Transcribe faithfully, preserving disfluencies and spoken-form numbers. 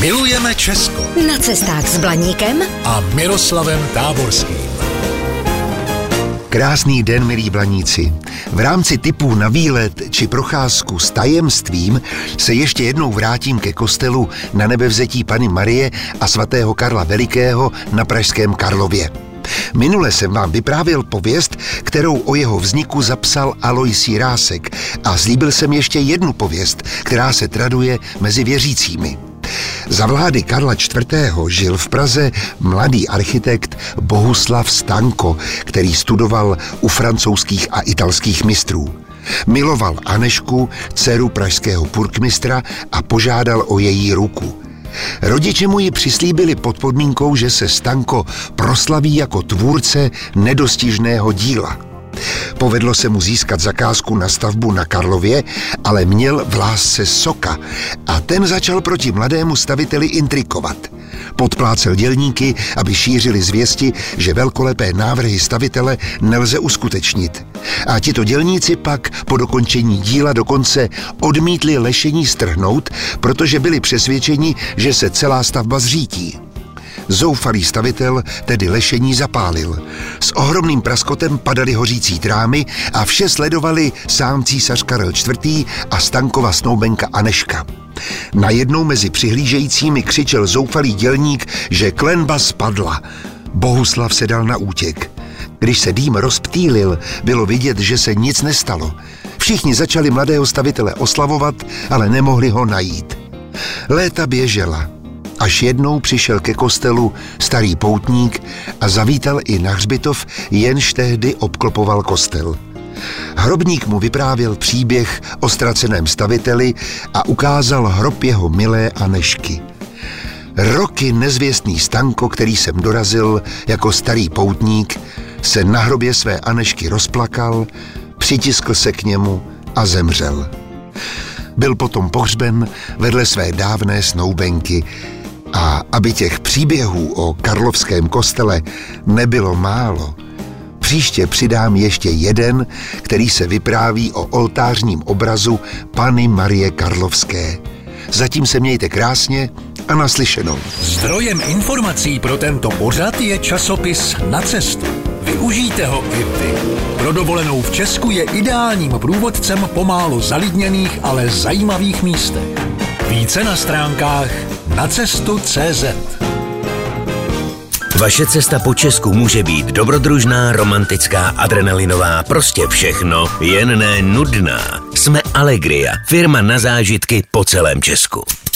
Milujeme Česko. Na cestách s Blaníkem a Miroslavem Táborským. Krásný den, milí Blaníci. V rámci tipů na výlet či procházku s tajemstvím se ještě jednou vrátím ke kostelu Na Nebevzetí Panny Marie a svatého Karla Velikého na pražském Karlově. Minule jsem vám vyprávěl pověst, kterou o jeho vzniku zapsal Alois Jirásek, a slíbil jsem ještě jednu pověst, která se traduje mezi věřícími. Za vlády Karla čtvrtého. Žil v Praze mladý architekt Bohuslav Stanko, který studoval u francouzských a italských mistrů. Miloval Anežku, dceru pražského purkmistra, a požádal o její ruku. Rodiče mu ji přislíbili pod podmínkou, že se Stanko proslaví jako tvůrce nedostižného díla. Povedlo se mu získat zakázku na stavbu na Karlově, ale měl v lásce soka a ten začal proti mladému staviteli intrikovat. Podplácel dělníky, aby šířili zvěsti, že velkolepé návrhy stavitele nelze uskutečnit. A tito dělníci pak po dokončení díla dokonce odmítli lešení strhnout, protože byli přesvědčeni, že se celá stavba zřítí. Zoufalý stavitel tedy lešení zapálil. S ohromným praskotem padaly hořící trámy a vše sledovali sám císař Karel čtvrtý. a Stankova snoubenka Anežka. Najednou mezi přihlížejícími křičel zoufalý dělník, že klenba spadla. Bohuslav se dal na útěk. Když se dým rozptýlil, bylo vidět, že se nic nestalo. Všichni začali mladého stavitele oslavovat, ale nemohli ho najít. Léta běžela. Až jednou přišel ke kostelu starý poutník a zavítal i na hřbitov, jenž tehdy obklopoval kostel. Hrobník mu vyprávěl příběh o ztraceném staviteli a ukázal hrob jeho milé Anežky. Roky nezvěstný Stanko, který sem dorazil jako starý poutník, se na hrobě své Anežky rozplakal, přitiskl se k němu a zemřel. Byl potom pohřben vedle své dávné snoubenky. A aby těch příběhů o karlovském kostele nebylo málo, příště přidám ještě jeden, který se vypráví o oltářním obrazu Panny Marie Karlovské. Zatím se mějte krásně a naslyšenou. Zdrojem informací pro tento pořad je časopis Na cestu. Využijte ho i vy. Pro dovolenou v Česku je ideálním průvodcem po málo zalidněných, ale zajímavých místech. Více na stránkách nacestu tečka cé zet. Vaše cesta po Česku může být dobrodružná, romantická, adrenalinová, prostě všechno, jen ne nudná. Jsme Allegria, firma na zážitky po celém Česku.